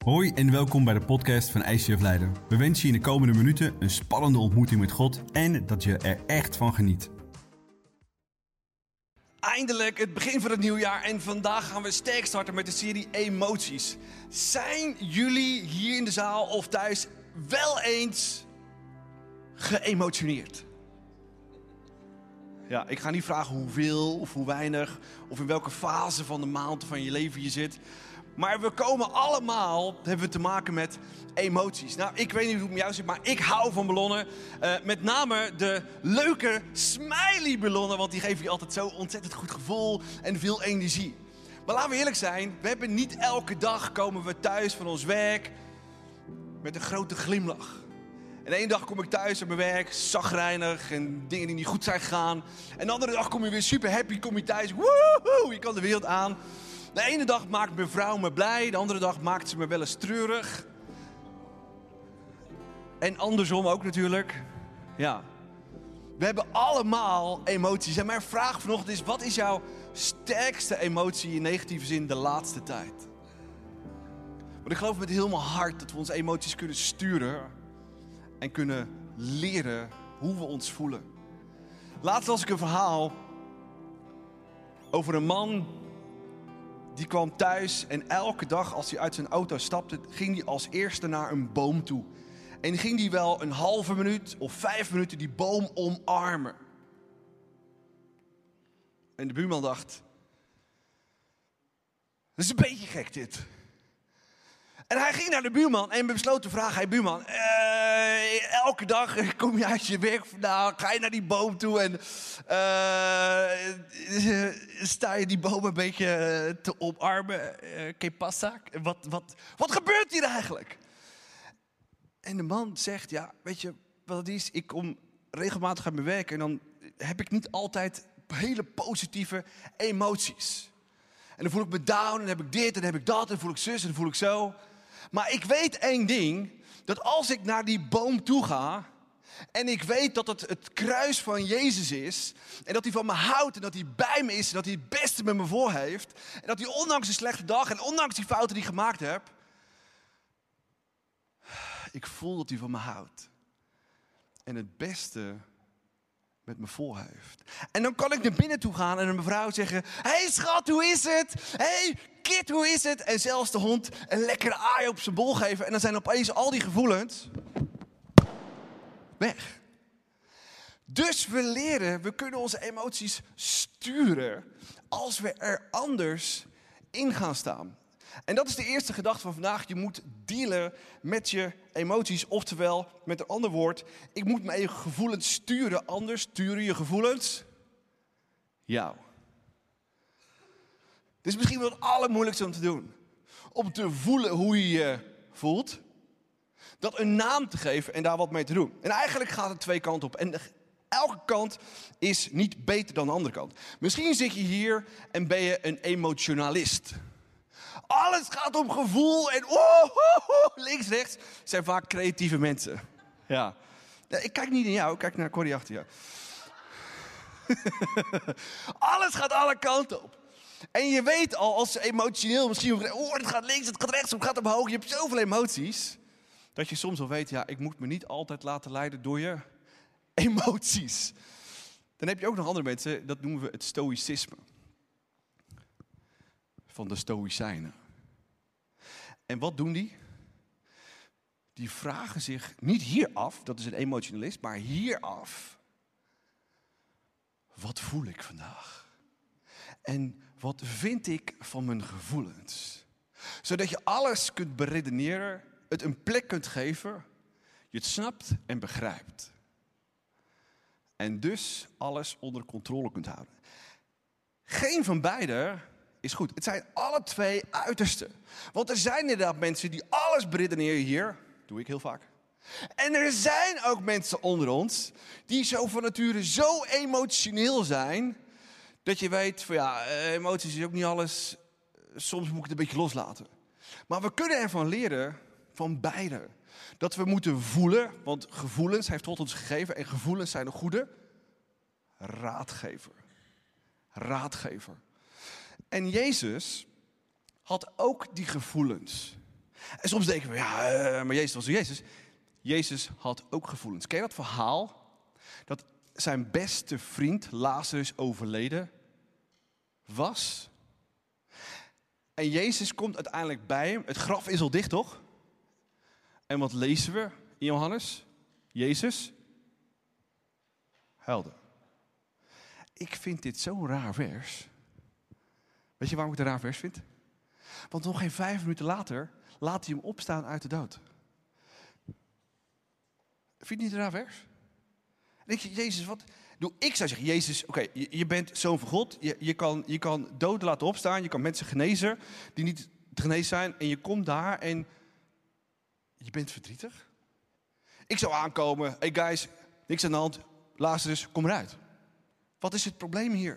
Hoi en welkom bij de podcast van ICF Leiden. We wensen je in de komende minuten een spannende ontmoeting met God en dat je er echt van geniet. Eindelijk het begin van het nieuwjaar en vandaag gaan we sterk starten met de serie Emoties. Zijn jullie hier in de zaal of thuis wel eens geëmotioneerd? Ja, ik ga niet vragen hoeveel of hoe weinig of in welke fase van de maand van je leven je zit. Maar we komen allemaal, hebben we te maken met emoties. Nou, ik weet niet hoe het met jou zit, maar ik hou van ballonnen. Met name de leuke smiley ballonnen, want die geven je altijd zo ontzettend goed gevoel en veel energie. Maar laten we eerlijk zijn, we hebben niet elke dag komen we thuis van ons werk met een grote glimlach. En de ene dag kom ik thuis op mijn werk, chagrijnig en dingen die niet goed zijn gegaan. En de andere dag kom je weer super happy, kom je thuis, woehoe, je kan de wereld aan. De ene dag maakt mijn vrouw me blij, de andere dag maakt ze me wel eens treurig. En andersom ook natuurlijk. Ja. We hebben allemaal emoties. En mijn vraag vanochtend is, wat is jouw sterkste emotie in negatieve zin de laatste tijd? Want ik geloof met heel mijn hart dat we onze emoties kunnen sturen. En kunnen leren hoe we ons voelen. Laatst las ik een verhaal over een man die kwam thuis en elke dag als hij uit zijn auto stapte, ging hij als eerste naar een boom toe. En ging hij wel een halve minuut of 5 minuten die boom omarmen. En de buurman dacht, dat is een beetje gek dit. En hij ging naar de buurman en besloot te vragen, hey buurman, elke dag kom je uit je werk vandaan, ga je naar die boom toe en sta je die boom een beetje te omarmen? Que pasa? Wat gebeurt hier eigenlijk? En de man zegt, ja, weet je wat het is? Ik kom regelmatig aan mijn werk en dan heb ik niet altijd hele positieve emoties. En dan voel ik me down en dan heb ik dit en dan heb ik dat en dan voel ik zus en dan voel ik zo. Maar ik weet één ding, dat als ik naar die boom toe ga en ik weet dat het kruis van Jezus is en dat hij van me houdt en dat hij bij me is en dat hij het beste met me voor heeft en dat hij ondanks een slechte dag en ondanks die fouten die ik gemaakt heb, ik voel dat hij van me houdt en het beste met me voor heeft. En dan kan ik naar binnen toe gaan en een mevrouw zeggen, hey schat, hoe is het? Hey kid, hoe is het? En zelfs de hond een lekkere aai op zijn bol geven. En dan zijn opeens al die gevoelens weg. Dus we kunnen onze emoties sturen als we er anders in gaan staan. En dat is de eerste gedachte van vandaag. Je moet dealen met je emoties. Oftewel, met een ander woord, ik moet mijn gevoelens sturen. Anders sturen je gevoelens jou. Dit is misschien wel het allermoeilijkste om te doen. Om te voelen hoe je je voelt. Dat een naam te geven en daar wat mee te doen. En eigenlijk gaat het twee kanten op. En elke kant is niet beter dan de andere kant. Misschien zit je hier en ben je een emotionalist. Alles gaat om gevoel en links, rechts zijn vaak creatieve mensen. Ja. Ik kijk niet naar jou, ik kijk naar Corrie achter jou. Alles gaat alle kanten op. En je weet al, als emotioneel misschien, het gaat links, het gaat rechts, het gaat omhoog. Je hebt zoveel emoties, dat je soms al weet, ja, ik moet me niet altijd laten leiden door je emoties. Dan heb je ook nog andere mensen, dat noemen we het stoïcisme. Van de Stoïcijnen. En wat doen die? Die vragen zich niet hier af, dat is een emotionalist, maar hier af. Wat voel ik vandaag? En wat vind ik van mijn gevoelens? Zodat je alles kunt beredeneren, het een plek kunt geven, je het snapt en begrijpt. En dus alles onder controle kunt houden. Geen van beide is goed. Het zijn alle twee uitersten. Want er zijn inderdaad mensen die alles beredeneren hier. Doe ik heel vaak. En er zijn ook mensen onder ons die zo van nature zo emotioneel zijn, dat je weet van ja, emoties is ook niet alles. Soms moet ik het een beetje loslaten. Maar we kunnen ervan leren van beide. Dat we moeten voelen, want gevoelens heeft God ons gegeven en gevoelens zijn een goede raadgever. Raadgever. En Jezus had ook die gevoelens. En soms denken we, maar Jezus was Jezus. Jezus had ook gevoelens. Ken je dat verhaal? Dat zijn beste vriend Lazarus overleden was. En Jezus komt uiteindelijk bij hem. Het graf is al dicht, toch? En wat lezen we in Johannes? Jezus huilde. Ik vind dit zo'n raar vers. Weet je waarom ik het een raar vers vind? Want nog geen 5 minuten later laat hij hem opstaan uit de dood. Vind je het niet een raar vers? Dan denk je, Jezus, wat? Ik zou zeggen, Jezus, oké, je bent zoon van God. Je kan doden laten opstaan. Je kan mensen genezen die niet te genezen zijn. En je komt daar en je bent verdrietig. Ik zou aankomen, hey guys, niks aan de hand. Lazarus, kom eruit. Wat is het probleem hier?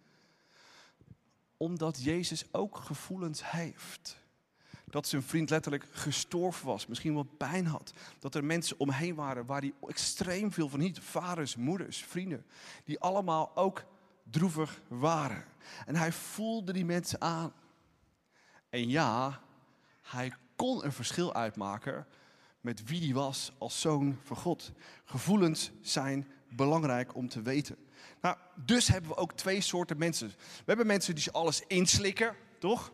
Omdat Jezus ook gevoelens heeft. Dat zijn vriend letterlijk gestorven was. Misschien wat pijn had. Dat er mensen omheen waren waar hij extreem veel van hield. Vaders, moeders, vrienden. Die allemaal ook droevig waren. En hij voelde die mensen aan. En ja, hij kon een verschil uitmaken met wie hij was als zoon van God. Gevoelens zijn belangrijk om te weten. Nou, dus hebben we ook 2 soorten mensen. We hebben mensen die alles inslikken, toch?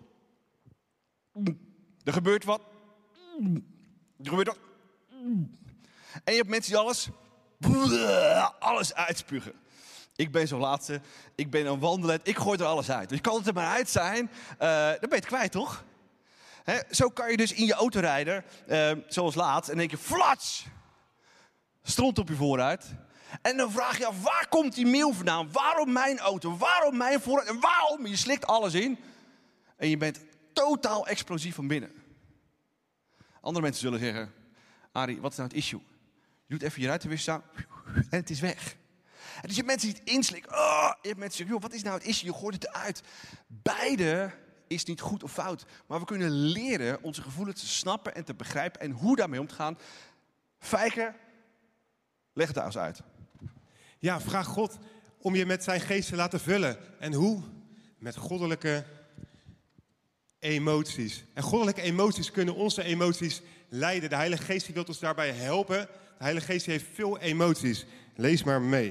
Er gebeurt wat. Er gebeurt wat. En je hebt mensen die alles uitspugen. Ik ben zo'n laatste. Ik ben een wandelen. Ik gooi er alles uit. Dus kan het er maar uit zijn. Dan ben je het kwijt, toch? Zo kan je dus in je auto rijden. Zoals laatst. En denk je, flats! Stront op je vooruit. En dan vraag je af, waar komt die mail vandaan? Waarom mijn auto? Waarom mijn vooruit? En waarom? Je slikt alles in. En je bent totaal explosief van binnen. Andere mensen zullen zeggen, Arie, wat is nou het issue? Je doet even je ruitenwisser aan en het is weg. En dus je hebt mensen die het inslikken. Je hebt mensen die zeggen, joh, wat is nou het issue? Je gooit het eruit. Beide is niet goed of fout. Maar we kunnen leren onze gevoelens te snappen en te begrijpen. En hoe daarmee om te gaan. Fijke, leg het daar eens uit. Ja, vraag God om je met zijn geest te laten vullen. En hoe? Met goddelijke emoties. En goddelijke emoties kunnen onze emoties leiden. De Heilige Geest die wil ons daarbij helpen. De Heilige Geest die heeft veel emoties. Lees maar mee.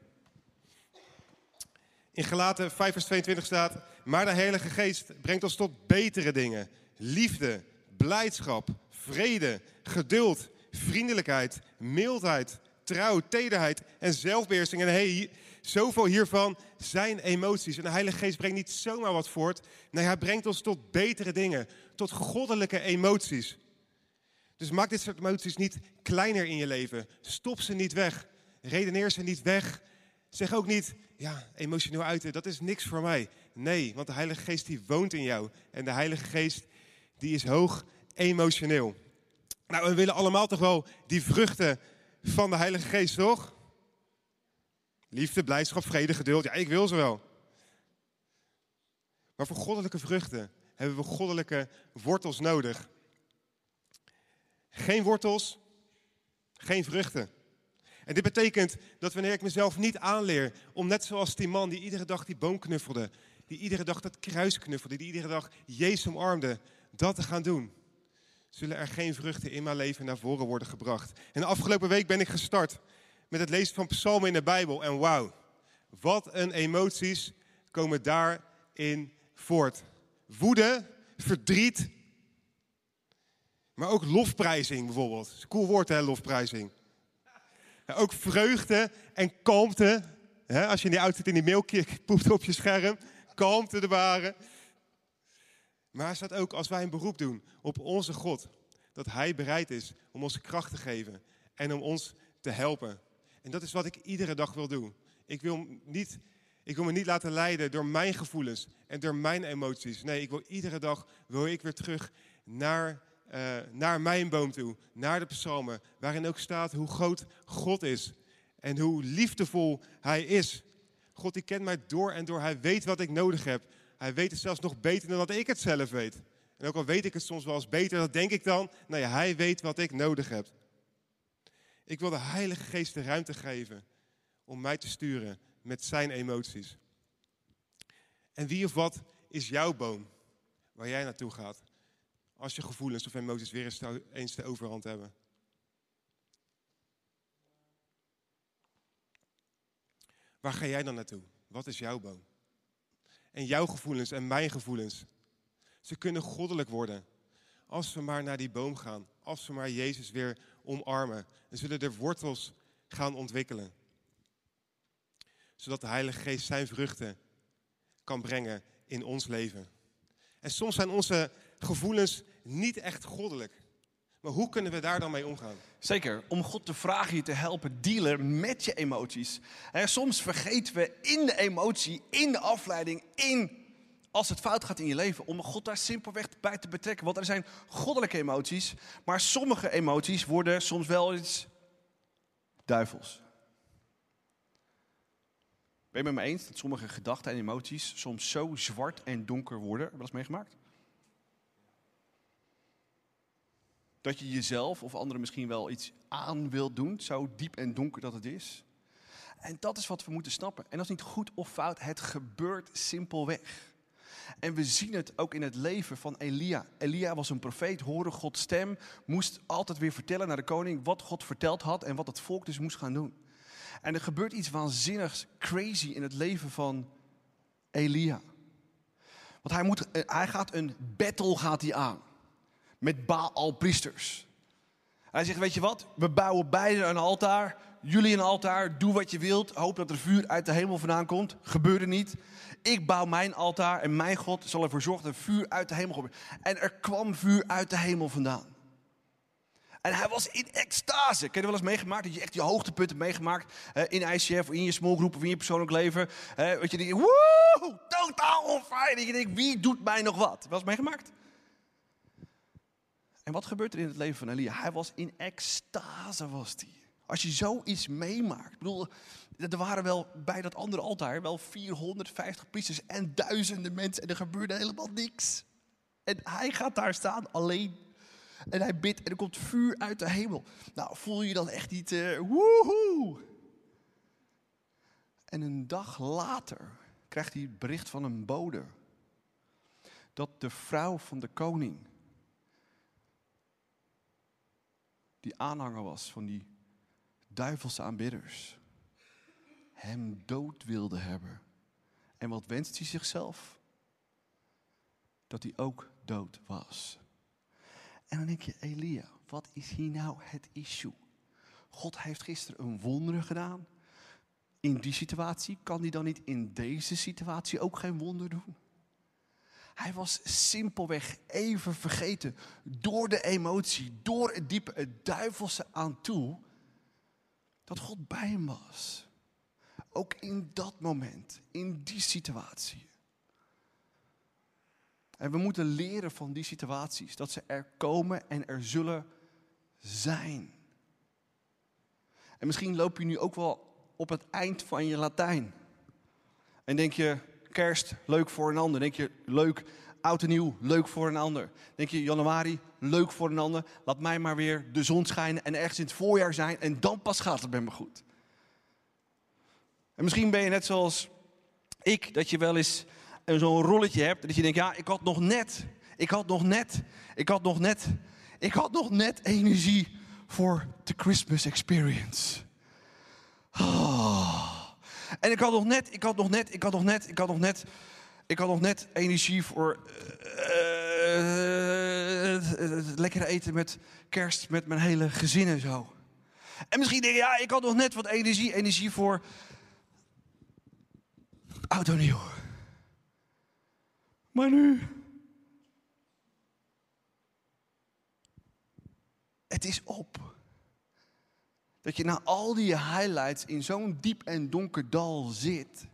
In Galaten 5 vers 22 staat, maar de Heilige Geest brengt ons tot betere dingen. Liefde, blijdschap, vrede, geduld, vriendelijkheid, mildheid, trouw, tederheid en zelfbeheersing. En zoveel hiervan zijn emoties. En de Heilige Geest brengt niet zomaar wat voort. Nee, hij brengt ons tot betere dingen. Tot goddelijke emoties. Dus maak dit soort emoties niet kleiner in je leven. Stop ze niet weg. Redeneer ze niet weg. Zeg ook niet, ja, emotioneel uiten, dat is niks voor mij. Nee, want de Heilige Geest die woont in jou. En de Heilige Geest die is hoog emotioneel. Nou, we willen allemaal toch wel die vruchten van de Heilige Geest, toch? Liefde, blijdschap, vrede, geduld. Ja, ik wil ze wel. Maar voor goddelijke vruchten hebben we goddelijke wortels nodig. Geen wortels, geen vruchten. En dit betekent dat wanneer ik mezelf niet aanleer om net zoals die man die iedere dag die boom knuffelde, die iedere dag dat kruis knuffelde, die iedere dag Jezus omarmde, dat te gaan doen, zullen er geen vruchten in mijn leven naar voren worden gebracht. En de afgelopen week ben ik gestart met het lezen van psalmen in de Bijbel. En wauw, wat een emoties komen daarin voort. Woede, verdriet, maar ook lofprijzing bijvoorbeeld. Dat is een cool woord, hè, lofprijzing. Ja, ook vreugde en kalmte. Hè, als je in die auto zit en die mail poept op je scherm. Kalmte te bewaren. Maar er staat ook, als wij een beroep doen op onze God, dat hij bereid is om ons kracht te geven en om ons te helpen. En dat is wat ik iedere dag wil doen. Ik wil me niet laten leiden door mijn gevoelens en door mijn emoties. Nee, iedere dag wil ik weer terug naar mijn boom toe, naar de psalmen, waarin ook staat hoe groot God is en hoe liefdevol hij is. God die kent mij door en door, hij weet wat ik nodig heb. Hij weet het zelfs nog beter dan dat ik het zelf weet. En ook al weet ik het soms wel eens beter, dat denk ik dan, nou ja, hij weet wat ik nodig heb. Ik wil de Heilige Geest de ruimte geven om mij te sturen met zijn emoties. En wie of wat is jouw boom waar jij naartoe gaat? als je gevoelens of emoties weer eens de overhand hebben. Waar ga jij dan naartoe? Wat is jouw boom? En jouw gevoelens en mijn gevoelens, ze kunnen goddelijk worden. Als we maar naar die boom gaan. Als we maar Jezus weer omarmen. En zullen er wortels gaan ontwikkelen. Zodat de Heilige Geest zijn vruchten kan brengen in ons leven. En soms zijn onze gevoelens niet echt goddelijk. Maar hoe kunnen we daar dan mee omgaan? Zeker, om God te vragen je te helpen dealen met je emoties. Soms vergeten we in de emotie, in de afleiding, als het fout gaat in je leven, om God daar simpelweg bij te betrekken. Want er zijn goddelijke emoties, maar sommige emoties worden soms wel iets duivels. Ben je het met me eens dat sommige gedachten en emoties soms zo zwart en donker worden? Heb je wel eens meegemaakt? Dat je jezelf of anderen misschien wel iets aan wilt doen, zo diep en donker dat het is. En dat is wat we moeten snappen. En dat is niet goed of fout, het gebeurt simpelweg. En we zien het ook in het leven van Elia. Elia was een profeet, hoorde Gods stem, moest altijd weer vertellen naar de koning wat God verteld had en wat het volk dus moest gaan doen. En er gebeurt iets waanzinnigs, crazy in het leven van Elia. Want hij gaat een battle aan met Baal-priesters. Hij zegt, weet je wat, we bouwen beide een altaar, jullie een altaar, doe wat je wilt, hoop dat er vuur uit de hemel vandaan komt. Gebeurde niet. Ik bouw mijn altaar en mijn God zal ervoor zorgen dat er vuur uit de hemel komt. En er kwam vuur uit de hemel vandaan. En hij was in extase. Ken je wel eens meegemaakt dat je echt je hoogtepunten meegemaakt in ICF of in je smallgroep of in je persoonlijk leven. Dat je denkt, woe, totaal onfijn. Dat je denkt, wie doet mij nog wat? Wel eens meegemaakt? En wat gebeurt er in het leven van Elia? Hij was in extase, was hij. Als je zoiets meemaakt. Ik bedoel, er waren wel bij dat andere altaar wel 450 priesters en duizenden mensen. En er gebeurde helemaal niks. En hij gaat daar staan alleen. En hij bidt en er komt vuur uit de hemel. Nou, voel je dan echt niet woehoe. En een dag later krijgt hij het bericht van een bode. Dat de vrouw van de koning, die aanhanger was van die duivelse aanbidders, hem dood wilde hebben. En wat wenst hij zichzelf? Dat hij ook dood was. En dan denk je, Elia, wat is hier nou het issue? God heeft gisteren een wonder gedaan. In die situatie, kan hij dan niet in deze situatie ook geen wonder doen? Hij was simpelweg even vergeten door de emotie, door het diepe, het duivelse aan toe, dat God bij hem was. Ook in dat moment, in die situatie. En we moeten leren van die situaties, dat ze er komen en er zullen zijn. En misschien loop je nu ook wel op het eind van je Latijn. En denk je, kerst, leuk voor een ander. Denk je, leuk, oud en nieuw, leuk voor een ander. Denk je, januari, leuk voor een ander. Laat mij maar weer de zon schijnen en ergens in het voorjaar zijn. En dan pas gaat het met me goed. En misschien ben je net zoals ik, dat je wel eens zo'n rolletje hebt. En dat je denkt, ja, ik had nog net energie voor de Christmas experience. Oh. En ik had nog net energie voor het lekkere eten met kerst met mijn hele gezin en zo. En misschien denk je, ja, ik had nog net wat energie voor oud en nieuw. Maar nu, het is op. Dat je na al die highlights in zo'n diep en donker dal zit,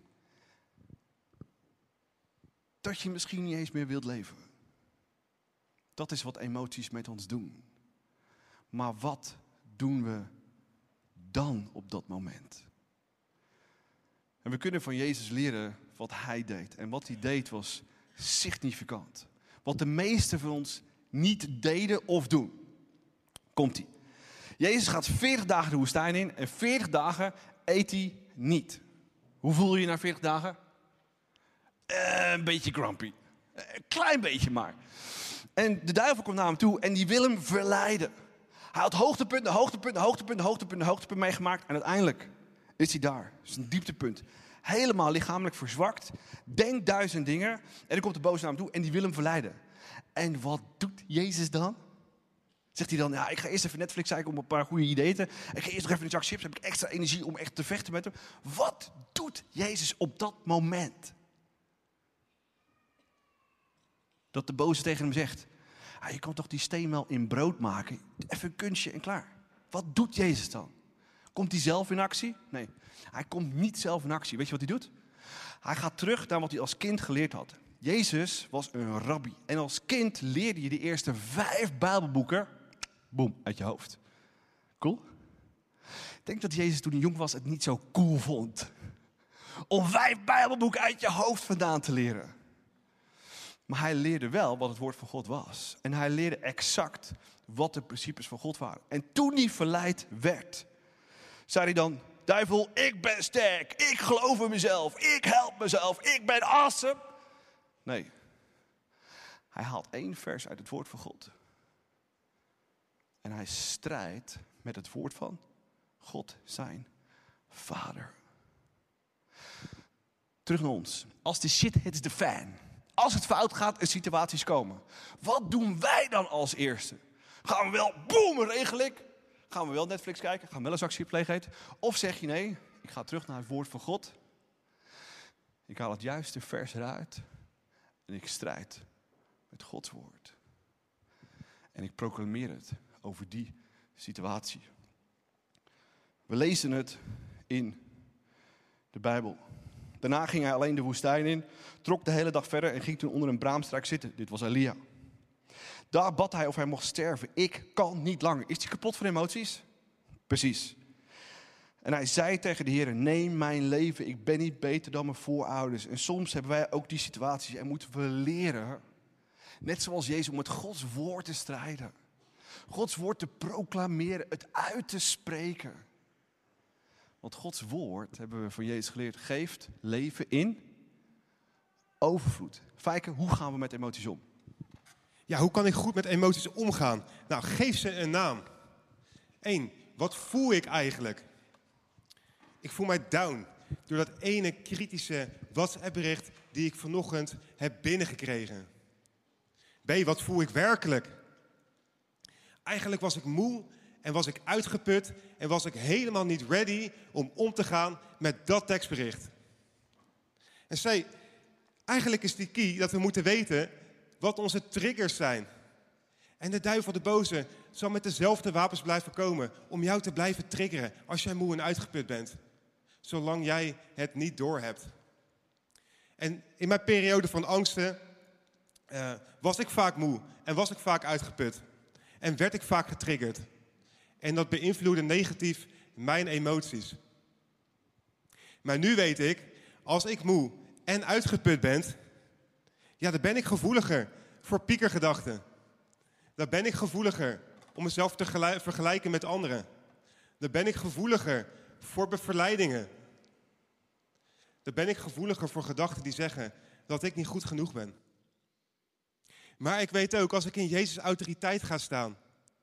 dat je misschien niet eens meer wilt leven. Dat is wat emoties met ons doen. Maar wat doen we dan op dat moment? En we kunnen van Jezus leren wat hij deed. En wat hij deed was significant. Wat de meesten van ons niet deden of doen. Komt-ie. Jezus gaat 40 dagen de woestijn in en 40 dagen eet hij niet. Hoe voel je je na 40 dagen? Een beetje grumpy. Een klein beetje maar. En de duivel komt naar hem toe en die wil hem verleiden. Hij had hoogtepunt meegemaakt. En uiteindelijk is hij daar. Dat is een dieptepunt. Helemaal lichamelijk verzwakt. Denkt 1000 dingen. En dan komt de boze naar hem toe en die wil hem verleiden. En wat doet Jezus dan? Zegt hij dan, ja, ik ga eerst even Netflix kijken om een paar goede ideeën te... Ik ga eerst nog even een zak chips, heb ik extra energie om echt te vechten met hem. Wat doet Jezus op dat moment? Dat de boze tegen hem zegt, je kan toch die steen wel in brood maken? Even een kunstje en klaar. Wat doet Jezus dan? Komt hij zelf in actie? Nee, hij komt niet zelf in actie. Weet je wat hij doet? Hij gaat terug naar wat hij als kind geleerd had. Jezus was een rabbi. En als kind leerde je de eerste 5 Bijbelboeken, boem, uit je hoofd. Cool? Ik denk dat Jezus toen hij jong was het niet zo cool vond. Om 5 Bijbelboeken uit je hoofd vandaan te leren. Maar hij leerde wel wat het woord van God was. En hij leerde exact wat de principes van God waren. En toen hij verleid werd, zei hij dan, duivel, ik ben sterk. Ik geloof in mezelf. Ik help mezelf. Ik ben awesome. Nee. Hij haalt 1 vers uit het woord van God. En hij strijdt met het woord van God, zijn Vader. Terug naar ons. Als de shit hits the fan. Als het fout gaat en situaties komen. Wat doen wij dan als eerste? Gaan we wel, boem, regel ik. Gaan we wel Netflix kijken? Gaan we wel een zak chips leeg eten? Of zeg je nee, ik ga terug naar het woord van God. Ik haal het juiste vers eruit. En ik strijd met Gods woord. En ik proclameer het over die situatie. We lezen het in de Bijbel. Daarna ging hij alleen de woestijn in, trok de hele dag verder en ging toen onder een braamstruik zitten. Dit was Elia. Daar bad hij of hij mocht sterven. Ik kan niet langer. Is hij kapot van emoties? Precies. En hij zei tegen de Heer, neem mijn leven. Ik ben niet beter dan mijn voorouders. En soms hebben wij ook die situaties en moeten we leren, net zoals Jezus, om met Gods woord te strijden. Gods woord te proclameren, het uit te spreken. Want Gods woord, hebben we van Jezus geleerd, geeft leven in overvloed. Fijke, hoe gaan we met emoties om? Ja, hoe kan ik goed met emoties omgaan? Nou, geef ze een naam. 1. Wat voel ik eigenlijk? Ik voel mij down door dat ene kritische WhatsApp-bericht die ik vanochtend heb binnengekregen. B. Wat voel ik werkelijk? Eigenlijk was ik moe en was ik uitgeput en was ik helemaal niet ready om te gaan met dat tekstbericht. En C. Eigenlijk is die key dat we moeten weten wat onze triggers zijn. En de duivel, de boze, zal met dezelfde wapens blijven komen om jou te blijven triggeren als jij moe en uitgeput bent. Zolang jij het niet doorhebt. En in mijn periode van angsten was ik vaak moe en was ik vaak uitgeput. En werd ik vaak getriggerd. En dat beïnvloedde negatief mijn emoties. Maar nu weet ik, als ik moe en uitgeput ben, ja, dan ben ik gevoeliger voor piekergedachten. Dan ben ik gevoeliger om mezelf te vergelijken met anderen. Dan ben ik gevoeliger voor verleidingen. Dan ben ik gevoeliger voor gedachten die zeggen dat ik niet goed genoeg ben. Maar ik weet ook, als ik in Jezus' autoriteit ga staan,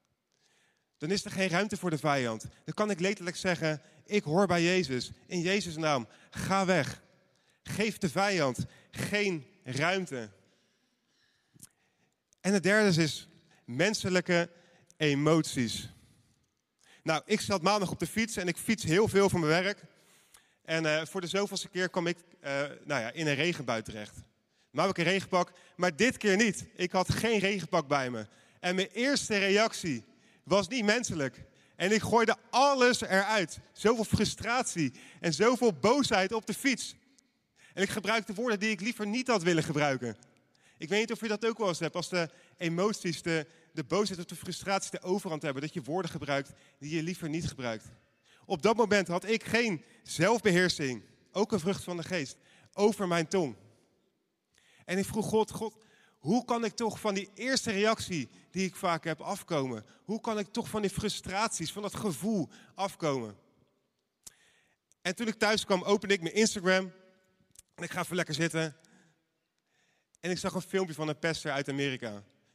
dan is er geen ruimte voor de vijand. Dan kan ik letterlijk zeggen, ik hoor bij Jezus. In Jezus' naam, ga weg. Geef de vijand geen ruimte. En het derde is menselijke emoties. Nou, ik zat maandag op de fiets en ik fiets heel veel voor mijn werk. En voor de zoveelste keer kwam ik in een regenbui terecht. Nou heb ik een regenpak, maar dit keer niet. Ik had geen regenpak bij me. En mijn eerste reactie was niet menselijk. En ik gooide alles eruit. Zoveel frustratie en zoveel boosheid op de fiets. En ik gebruikte woorden die ik liever niet had willen gebruiken. Ik weet niet of je dat ook wel eens hebt. Als de emoties, de boosheid of de frustratie de overhand hebben. Dat je woorden gebruikt die je liever niet gebruikt. Op dat moment had ik geen zelfbeheersing. Ook een vrucht van de geest. Over mijn tong. En ik vroeg God, hoe kan ik toch van die eerste reactie die ik vaak heb afkomen? Hoe kan ik toch van die frustraties, van dat gevoel afkomen? En toen ik thuis kwam, opende ik mijn Instagram. En ik ga even lekker zitten. En ik zag een filmpje van een pastor uit Amerika.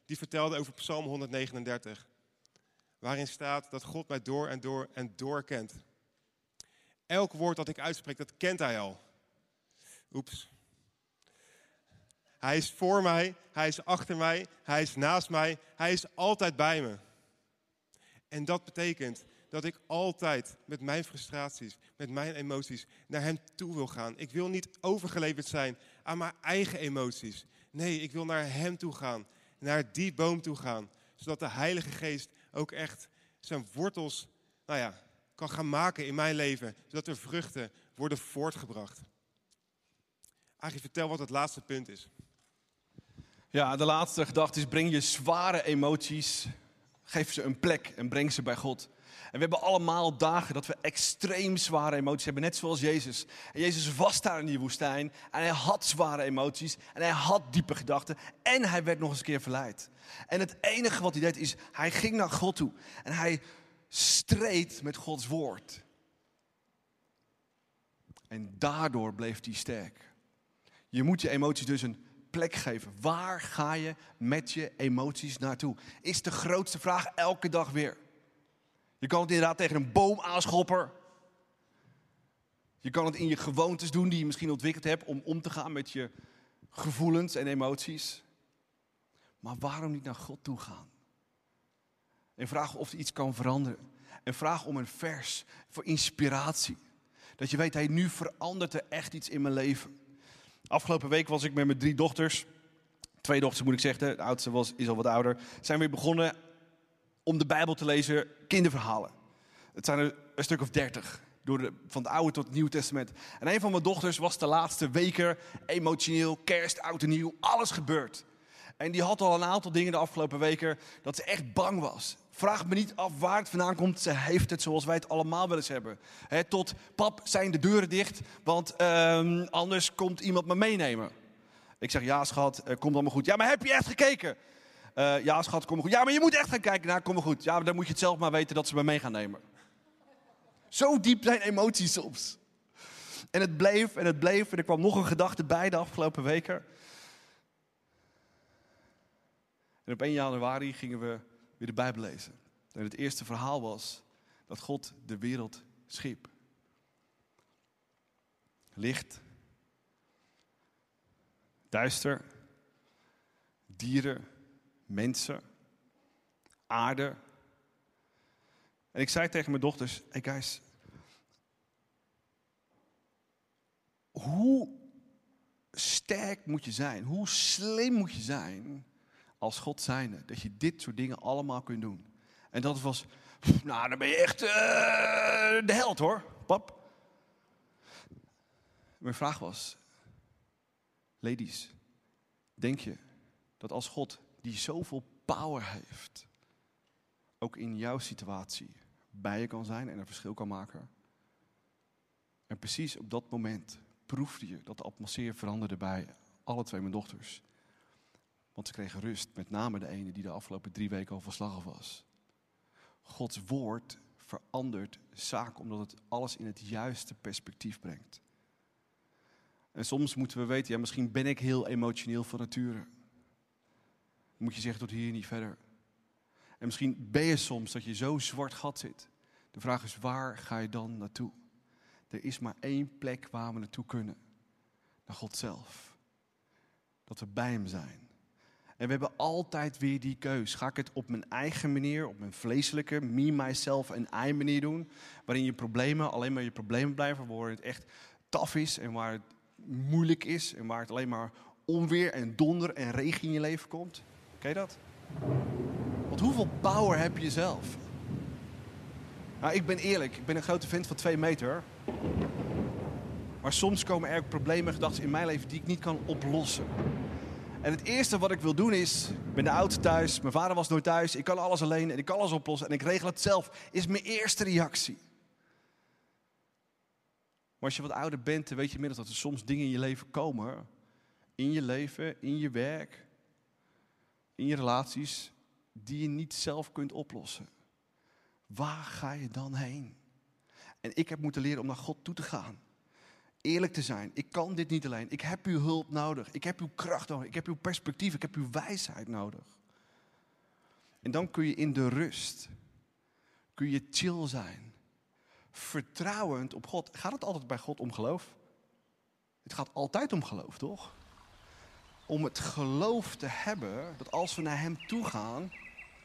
die vertelde over Psalm 139. Waarin staat dat God mij door en door en door kent. Elk woord dat ik uitspreek, dat kent hij al. Oeps. Hij is voor mij, hij is achter mij, hij is naast mij, hij is altijd bij me. En dat betekent dat ik altijd met mijn frustraties, met mijn emoties naar hem toe wil gaan. Ik wil niet overgeleverd zijn aan mijn eigen emoties. Nee, ik wil naar hem toe gaan, naar die boom toe gaan. Zodat de Heilige Geest ook echt zijn wortels kan gaan maken in mijn leven. Zodat er vruchten worden voortgebracht. Arie, vertel wat het laatste punt is. Ja, de laatste gedachte is: breng je zware emoties, geef ze een plek en breng ze bij God. En we hebben allemaal dagen dat we extreem zware emoties hebben, net zoals Jezus. En Jezus was daar in die woestijn en hij had zware emoties en hij had diepe gedachten en hij werd nog eens een keer verleid. En het enige wat hij deed is, hij ging naar God toe en hij streed met Gods woord. En daardoor bleef hij sterk. Je moet je emoties dus een plek geven. Waar ga je met je emoties naartoe? Is de grootste vraag elke dag weer. Je kan het inderdaad tegen een boom aanschoppen. Je kan het in je gewoontes doen die je misschien ontwikkeld hebt om te gaan met je gevoelens en emoties. Maar waarom niet naar God toe gaan? En vragen of er iets kan veranderen. En vraag om een vers voor inspiratie. Dat je weet, nu verandert er echt iets in mijn leven. Afgelopen week was ik met mijn 3 dochters. 2 dochters moet ik zeggen, de oudste is al wat ouder. Zijn weer begonnen om de Bijbel te lezen, kinderverhalen. Het zijn er een stuk of 30. Van het Oude tot het Nieuwe Testament. En een van mijn dochters was de laatste weken emotioneel, kerst, oud en nieuw, alles gebeurd. En die had al een aantal dingen de afgelopen weken dat ze echt bang was. Vraag me niet af waar het vandaan komt. Ze heeft het zoals wij het allemaal wel eens hebben. Tot, pap, zijn de deuren dicht, want anders komt iemand me meenemen. Ik zeg, ja schat, komt allemaal goed. Ja, maar heb je echt gekeken? Ja schat, kom maar goed. Ja, maar je moet echt gaan kijken. Nou, kom maar goed. Ja, maar dan moet je het zelf maar weten dat ze me mee gaan nemen. Zo diep zijn emoties soms. En het bleef en het bleef. En er kwam nog een gedachte bij de afgelopen weken. En op 1 januari gingen we weer de Bijbel lezen. En het eerste verhaal was dat God de wereld schiep. Licht, duister, dieren, mensen, aarde. En ik zei tegen mijn dochters, hey guys, hoe sterk moet je zijn, hoe slim moet je zijn als God zijnde, dat je dit soort dingen allemaal kunt doen. En dat was, nou dan ben je echt de held hoor, pap. Mijn vraag was, ladies, denk je dat als God die zoveel power heeft, ook in jouw situatie bij je kan zijn en een verschil kan maken? En precies op dat moment proefde je dat de atmosfeer veranderde bij alle 2 mijn dochters. Want ze kregen rust, met name de ene die de afgelopen 3 weken al van slag af was. Gods woord verandert zaken omdat het alles in het juiste perspectief brengt. En soms moeten we weten, ja, misschien ben ik heel emotioneel van nature. Dan moet je zeggen, tot hier niet verder. En misschien ben je soms dat je zo zwart gat zit. De vraag is, waar ga je dan naartoe? Er is maar 1 plek waar we naartoe kunnen. Naar God zelf. Dat we bij hem zijn. En we hebben altijd weer die keus. Ga ik het op mijn eigen manier, op mijn vleeselijke, me, myself en I manier doen? Waarin je problemen alleen maar je problemen blijven. Waar het echt taf is en waar het moeilijk is. En waar het alleen maar onweer en donder en regen in je leven komt. Ken je dat? Want hoeveel power heb je zelf? Nou, ik ben eerlijk. Ik ben een grote vent van 2 meter. Maar soms komen er ook problemen en gedachten in mijn leven die ik niet kan oplossen. En het eerste wat ik wil doen is, ik ben de oudste thuis, mijn vader was nooit thuis, ik kan alles alleen en ik kan alles oplossen en ik regel het zelf, is mijn eerste reactie. Maar als je wat ouder bent, dan weet je inmiddels dat er soms dingen in je leven komen. In je leven, in je werk, in je relaties, die je niet zelf kunt oplossen. Waar ga je dan heen? En ik heb moeten leren om naar God toe te gaan. Eerlijk te zijn. Ik kan dit niet alleen. Ik heb uw hulp nodig. Ik heb uw kracht nodig. Ik heb uw perspectief. Ik heb uw wijsheid nodig. En dan kun je in de rust, kun je chill zijn. Vertrouwend op God. Gaat het altijd bij God om geloof? Het gaat altijd om geloof, toch? Om het geloof te hebben, dat als we naar hem toe gaan,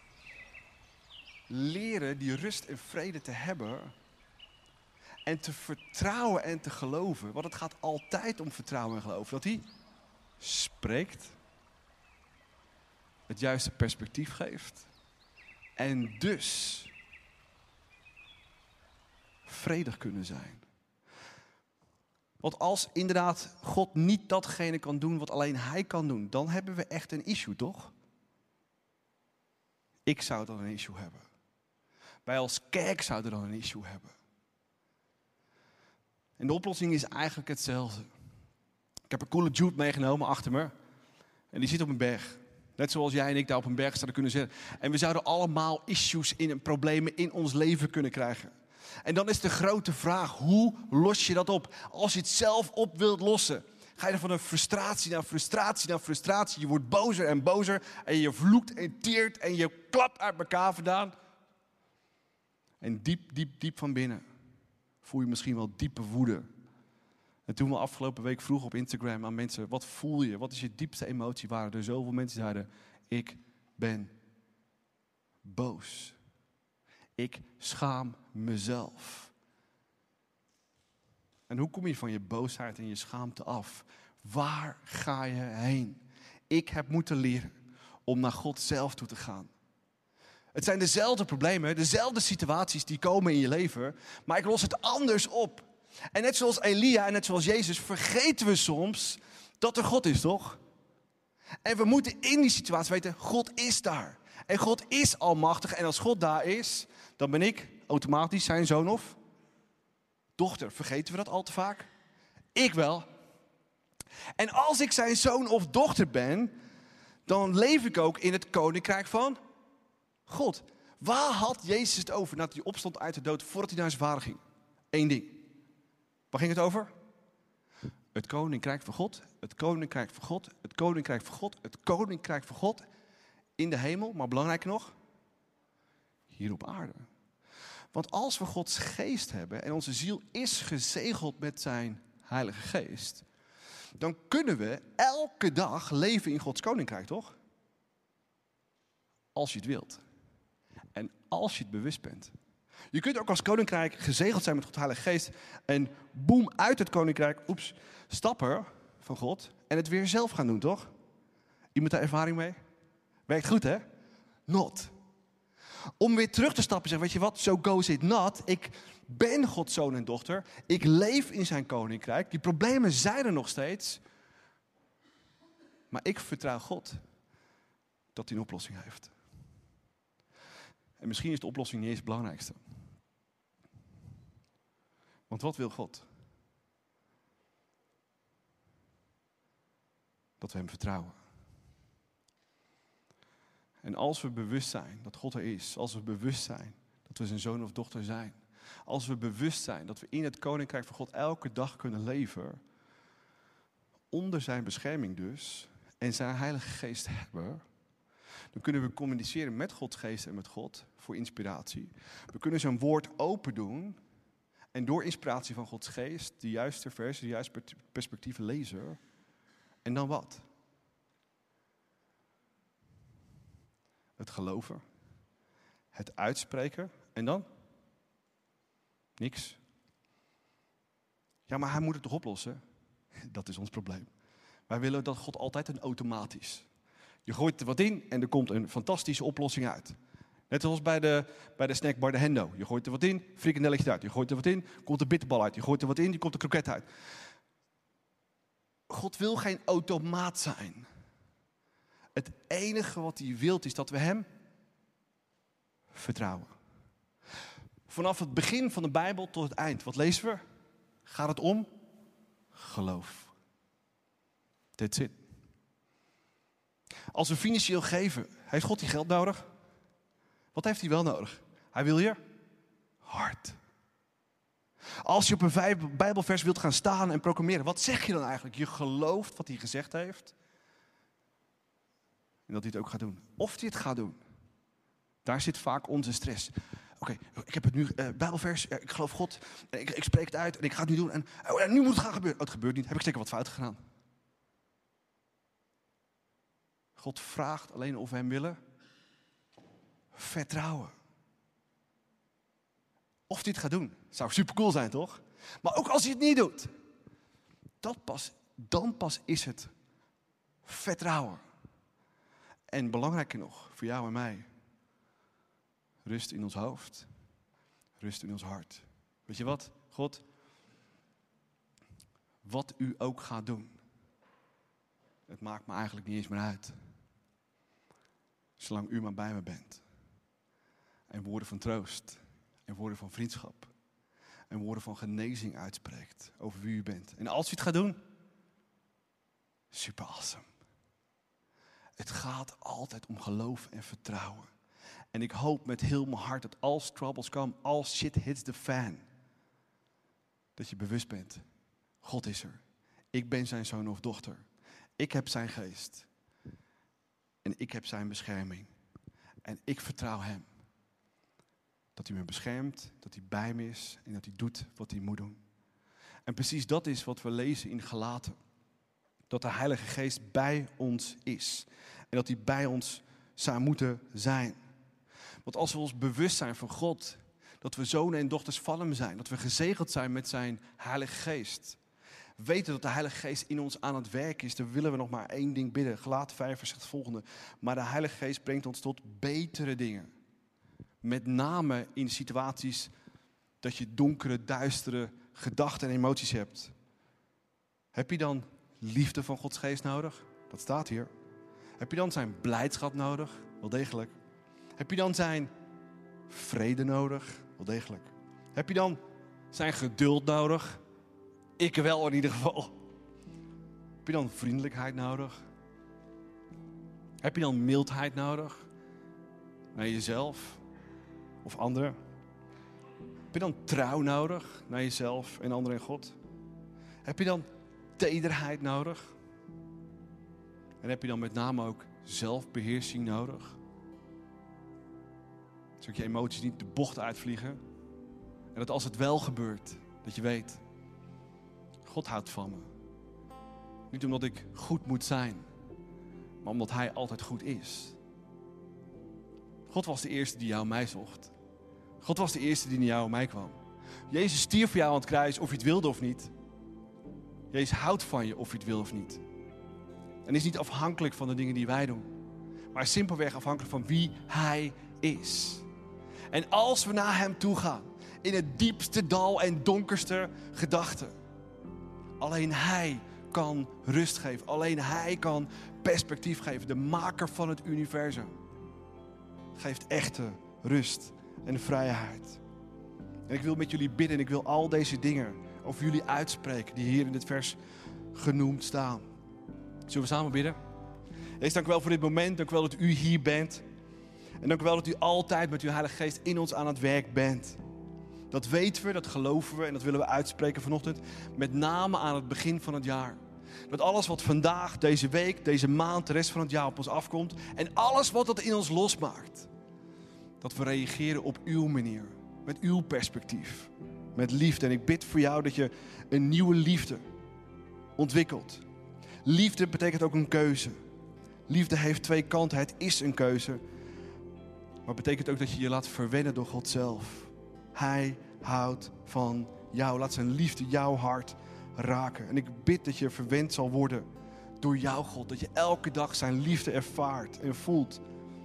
leren die rust en vrede te hebben en te vertrouwen en te geloven. Want het gaat altijd om vertrouwen en geloven. Dat hij spreekt, het juiste perspectief geeft en dus vredig kunnen zijn. Want als inderdaad God niet datgene kan doen wat alleen hij kan doen, dan hebben we echt een issue, toch? Ik zou dan een issue hebben. Wij als kerk zouden dan een issue hebben. En de oplossing is eigenlijk hetzelfde. Ik heb een coole Jude meegenomen achter me. En die zit op een berg. Net zoals jij en ik daar op een berg zouden kunnen zitten. En we zouden allemaal issues en problemen in ons leven kunnen krijgen. En dan is de grote vraag, hoe los je dat op? Als je het zelf op wilt lossen, ga je er van een frustratie naar frustratie naar frustratie. Je wordt bozer en bozer en je vloekt en tiert en je klapt uit elkaar vandaan. En diep van binnen voel je misschien wel diepe woede. En toen we afgelopen week vroegen op Instagram aan mensen, wat voel je? Wat is je diepste emotie? Waren er zoveel mensen die zeiden, ik ben boos. Ik schaam mezelf. En hoe kom je van je boosheid en je schaamte af? Waar ga je heen? Ik heb moeten leren om naar God zelf toe te gaan. Het zijn dezelfde problemen, dezelfde situaties die komen in je leven, maar ik los het anders op. En net zoals Elia en net zoals Jezus vergeten we soms dat er God is, toch? En we moeten in die situatie weten, God is daar. En God is almachtig en als God daar is, dan ben ik automatisch zijn zoon of dochter. Vergeten we dat al te vaak? Ik wel. En als ik zijn zoon of dochter ben, dan leef ik ook in het koninkrijk van God. Waar had Jezus het over nadat hij opstond uit de dood voordat hij naar zijn vader ging? Eén ding. Waar ging het over? Het koninkrijk van God, het koninkrijk van God, het koninkrijk van God, het koninkrijk van God in de hemel, maar belangrijker nog, hier op aarde. Want als we Gods geest hebben en onze ziel is gezegeld met zijn Heilige Geest, dan kunnen we elke dag leven in Gods koninkrijk, toch? Als je het wilt. En als je het bewust bent. Je kunt ook als koninkrijk gezegeld zijn met Gods Heilige Geest en boem uit het koninkrijk, stappen van God en het weer zelf gaan doen, toch? Iemand daar ervaring mee? Werkt goed, hè? Not. Om weer terug te stappen en zeggen, weet je wat, so goes it not. Ik ben Gods zoon en dochter. Ik leef in zijn koninkrijk. Die problemen zijn er nog steeds. Maar ik vertrouw God dat hij een oplossing heeft. En misschien is de oplossing niet eens het belangrijkste. Want wat wil God? Dat we hem vertrouwen. En als we bewust zijn dat God er is, als we bewust zijn dat we zijn zoon of dochter zijn, als we bewust zijn dat we in het koninkrijk van God elke dag kunnen leven, onder zijn bescherming dus, en zijn Heilige Geest hebben, dan kunnen we communiceren met Gods Geest en met God voor inspiratie. We kunnen zijn woord open doen en door inspiratie van Gods Geest de juiste versen, de juiste perspectieven lezen. En dan wat? Het geloven, het uitspreken en dan? Niks. Ja, maar hij moet het toch oplossen? Dat is ons probleem. Wij willen dat God altijd een automatisch. Je gooit er wat in en er komt een fantastische oplossing uit. Net zoals bij de snackbar de Hendo. Je gooit er wat in, frikandelletje eruit. Je gooit er wat in, komt de bitterbal uit. Je gooit er wat in, die komt de kroket uit. God wil geen automaat zijn. Het enige wat hij wil is dat we hem vertrouwen. Vanaf het begin van de Bijbel tot het eind, wat lezen we? Gaat het om geloof. That's it. Als we financieel geven, heeft God die geld nodig? Wat heeft hij wel nodig? Hij wil je hart. Als je op een Bijbelvers wilt gaan staan en proclameren, wat zeg je dan eigenlijk? Je gelooft wat hij gezegd heeft. En dat hij het ook gaat doen. Of hij het gaat doen. Daar zit vaak onze stress. Oké, ik heb het nu, Bijbelvers, ik geloof God. En ik spreek het uit en ik ga het nu doen. En nu moet het gaan gebeuren. Oh, het gebeurt niet. Heb ik zeker wat fout gedaan? God vraagt alleen of we hem willen vertrouwen. Of hij het gaat doen. Zou super cool zijn, toch? Maar ook als hij het niet doet. Dan pas is het vertrouwen. En belangrijker nog, voor jou en mij. Rust in ons hoofd. Rust in ons hart. Weet je wat, God? Wat u ook gaat doen. Het maakt me eigenlijk niet eens meer uit. Zolang u maar bij me bent. En woorden van troost. En woorden van vriendschap. En woorden van genezing uitspreekt over wie u bent. En als u het gaat doen, super awesome. Het gaat altijd om geloof en vertrouwen. En ik hoop met heel mijn hart dat als troubles come, als shit hits the fan, dat je bewust bent. God is er. Ik ben zijn zoon of dochter. Ik heb zijn geest. En ik heb zijn bescherming. En ik vertrouw hem. Dat hij me beschermt, dat hij bij me is en dat hij doet wat hij moet doen. En precies dat is wat we lezen in Galaten. Dat de Heilige Geest bij ons is. En dat hij bij ons zou moeten zijn. Want als we ons bewust zijn van God, dat we zonen en dochters van hem zijn, dat we gezegeld zijn met zijn Heilige Geest, weten dat de Heilige Geest in ons aan het werk is, dan willen we nog maar één ding bidden. Galaten 5 zegt het volgende. Maar de Heilige Geest brengt ons tot betere dingen. Met name in situaties dat je donkere, duistere gedachten en emoties hebt. Heb je dan liefde van Gods Geest nodig? Dat staat hier. Heb je dan zijn blijdschap nodig? Wel degelijk. Heb je dan zijn vrede nodig? Wel degelijk. Heb je dan zijn geduld nodig? Ik wel in ieder geval. Heb je dan vriendelijkheid nodig? Heb je dan mildheid nodig? Naar jezelf of anderen? Heb je dan trouw nodig naar jezelf en anderen en God? Heb je dan tederheid nodig? En heb je dan met name ook zelfbeheersing nodig? Zodat je emoties niet de bocht uitvliegen. En dat als het wel gebeurt, dat je weet, God houdt van me. Niet omdat ik goed moet zijn, maar omdat hij altijd goed is. God was de eerste die jou en mij zocht. God was de eerste die naar jou en mij kwam. Jezus stierf voor jou aan het kruis, of je het wilde of niet. Jezus houdt van je, of je het wil of niet. En is niet afhankelijk van de dingen die wij doen. Maar is simpelweg afhankelijk van wie hij is. En als we naar hem toe gaan, in het diepste dal en donkerste gedachten. Alleen hij kan rust geven. Alleen hij kan perspectief geven. De maker van het universum. Geeft echte rust en vrijheid. En ik wil met jullie bidden en ik wil al deze dingen over jullie uitspreken die hier in dit vers genoemd staan. Zullen we samen bidden? Heer, dank u wel voor dit moment. Dank u wel dat u hier bent. En dank u wel dat u altijd met uw Heilige Geest in ons aan het werk bent. Dat weten we, dat geloven we en dat willen we uitspreken vanochtend. Met name aan het begin van het jaar. Dat alles wat vandaag, deze week, deze maand, de rest van het jaar op ons afkomt. En alles wat dat in ons losmaakt. Dat we reageren op uw manier. Met uw perspectief. Met liefde. En ik bid voor jou dat je een nieuwe liefde ontwikkelt. Liefde betekent ook een keuze. Liefde heeft twee kanten. Het is een keuze. Maar het betekent ook dat je je laat verwennen door God zelf. Hij houdt van jou. Laat zijn liefde jouw hart raken. En ik bid dat je verwend zal worden door jouw God. Dat je elke dag zijn liefde ervaart en voelt.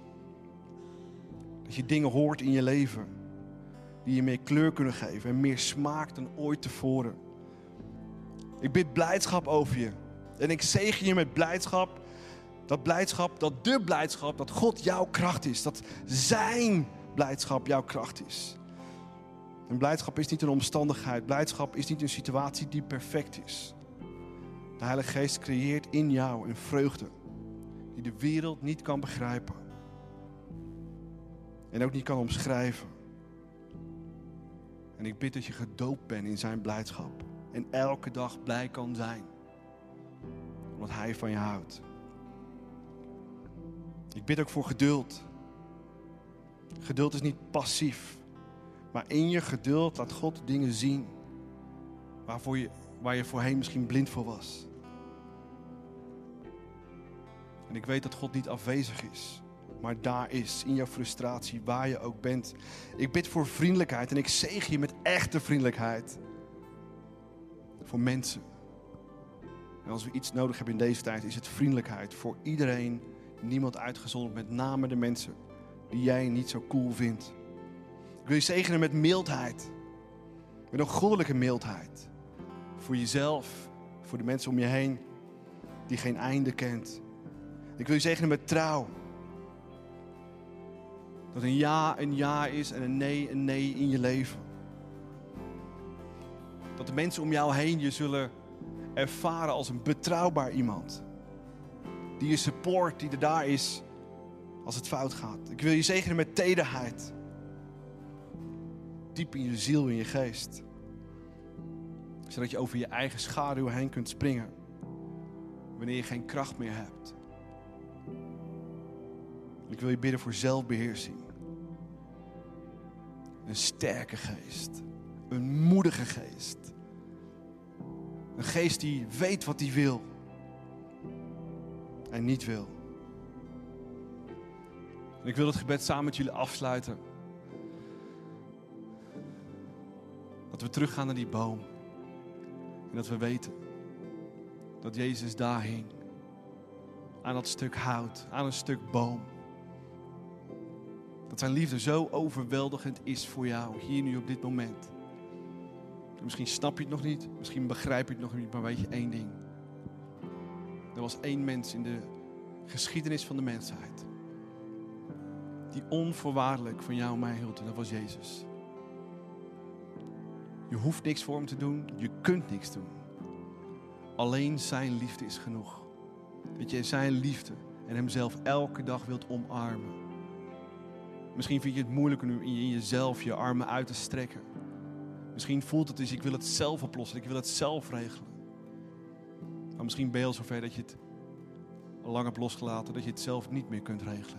Dat je dingen hoort in je leven die je meer kleur kunnen geven en meer smaak dan ooit tevoren. Ik bid blijdschap over je. En ik zegen je met blijdschap, dat de blijdschap, dat God jouw kracht is. Dat zijn blijdschap jouw kracht is. En blijdschap is niet een omstandigheid. Blijdschap is niet een situatie die perfect is. De Heilige Geest creëert in jou een vreugde die de wereld niet kan begrijpen. En ook niet kan omschrijven. En ik bid dat je gedoopt bent in zijn blijdschap. En elke dag blij kan zijn. Omdat hij van je houdt. Ik bid ook voor geduld. Geduld is niet passief. Maar in je geduld laat God dingen zien waar je voorheen misschien blind voor was. En ik weet dat God niet afwezig is. Maar daar is, in jouw frustratie, waar je ook bent. Ik bid voor vriendelijkheid en ik zegen je met echte vriendelijkheid. Voor mensen. En als we iets nodig hebben in deze tijd, is het vriendelijkheid. Voor iedereen, niemand uitgezonderd, met name de mensen die jij niet zo cool vindt. Ik wil je zegenen met mildheid. Met een goddelijke mildheid. Voor jezelf, voor de mensen om je heen die geen einde kent. Ik wil je zegenen met trouw. Dat een ja is en een nee in je leven. Dat de mensen om jou heen je zullen ervaren als een betrouwbaar iemand. Die je support, die er daar is als het fout gaat. Ik wil je zegenen met tederheid. Diep in je ziel, in je geest. Zodat je over je eigen schaduw heen kunt springen. Wanneer je geen kracht meer hebt. Ik wil je bidden voor zelfbeheersing. Een sterke geest. Een moedige geest. Een geest die weet wat hij wil. En niet wil. En ik wil het gebed samen met jullie afsluiten. Dat we teruggaan naar die boom. En dat we weten dat Jezus daar hing. Aan dat stuk hout, aan een stuk boom. Dat zijn liefde zo overweldigend is voor jou, hier nu op dit moment. En misschien snap je het nog niet, misschien begrijp je het nog niet, maar weet je één ding. Er was één mens in de geschiedenis van de mensheid die onvoorwaardelijk van jou en mij hield, en dat was Jezus. Je hoeft niks voor hem te doen, je kunt niks doen. Alleen zijn liefde is genoeg. Dat je zijn liefde en hemzelf elke dag wilt omarmen. Misschien vind je het moeilijk nu in jezelf je armen uit te strekken. Misschien voelt het dus, ik wil het zelf oplossen, ik wil het zelf regelen. Maar misschien ben je al zover dat je het al lang hebt losgelaten, dat je het zelf niet meer kunt regelen.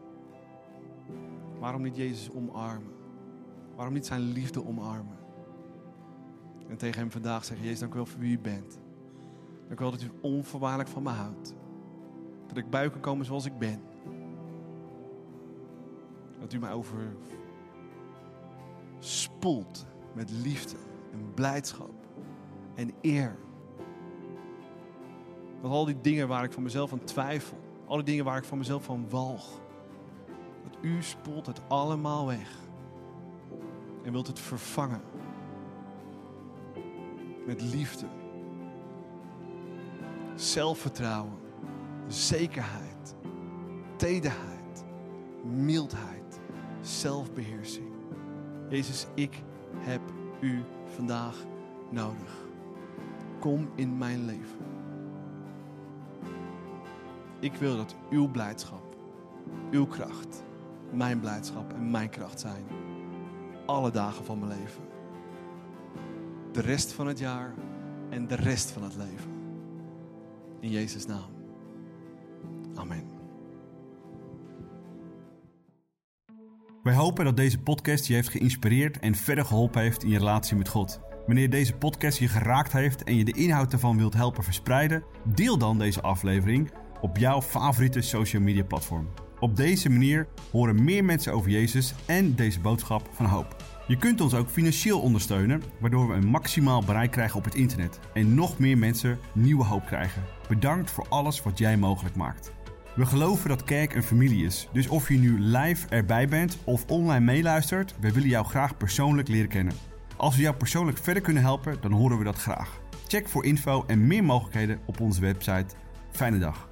Waarom niet Jezus omarmen? Waarom niet zijn liefde omarmen? En tegen hem vandaag zeggen, Jezus, dank u wel voor wie u bent. Dank u wel dat u onvoorwaardelijk van me houdt. Dat ik bij u kan komen zoals ik ben. Dat u mij overspoelt met liefde en blijdschap en eer. Dat al die dingen waar ik van mezelf aan twijfel, al die dingen waar ik van mezelf van walg, dat u spoelt het allemaal weg en wilt het vervangen met liefde, zelfvertrouwen, zekerheid, tederheid, mildheid, zelfbeheersing. Jezus, ik heb u vandaag nodig. Kom in mijn leven. Ik wil dat uw blijdschap, uw kracht, mijn blijdschap en mijn kracht zijn. Alle dagen van mijn leven. De rest van het jaar en de rest van het leven. In Jezus' naam. Amen. Wij hopen dat deze podcast je heeft geïnspireerd en verder geholpen heeft in je relatie met God. Wanneer deze podcast je geraakt heeft en je de inhoud ervan wilt helpen verspreiden, deel dan deze aflevering op jouw favoriete social media platform. Op deze manier horen meer mensen over Jezus en deze boodschap van hoop. Je kunt ons ook financieel ondersteunen, waardoor we een maximaal bereik krijgen op het internet en nog meer mensen nieuwe hoop krijgen. Bedankt voor alles wat jij mogelijk maakt. We geloven dat kerk een familie is, dus of je nu live erbij bent of online meeluistert, we willen jou graag persoonlijk leren kennen. Als we jou persoonlijk verder kunnen helpen, dan horen we dat graag. Check voor info en meer mogelijkheden op onze website. Fijne dag.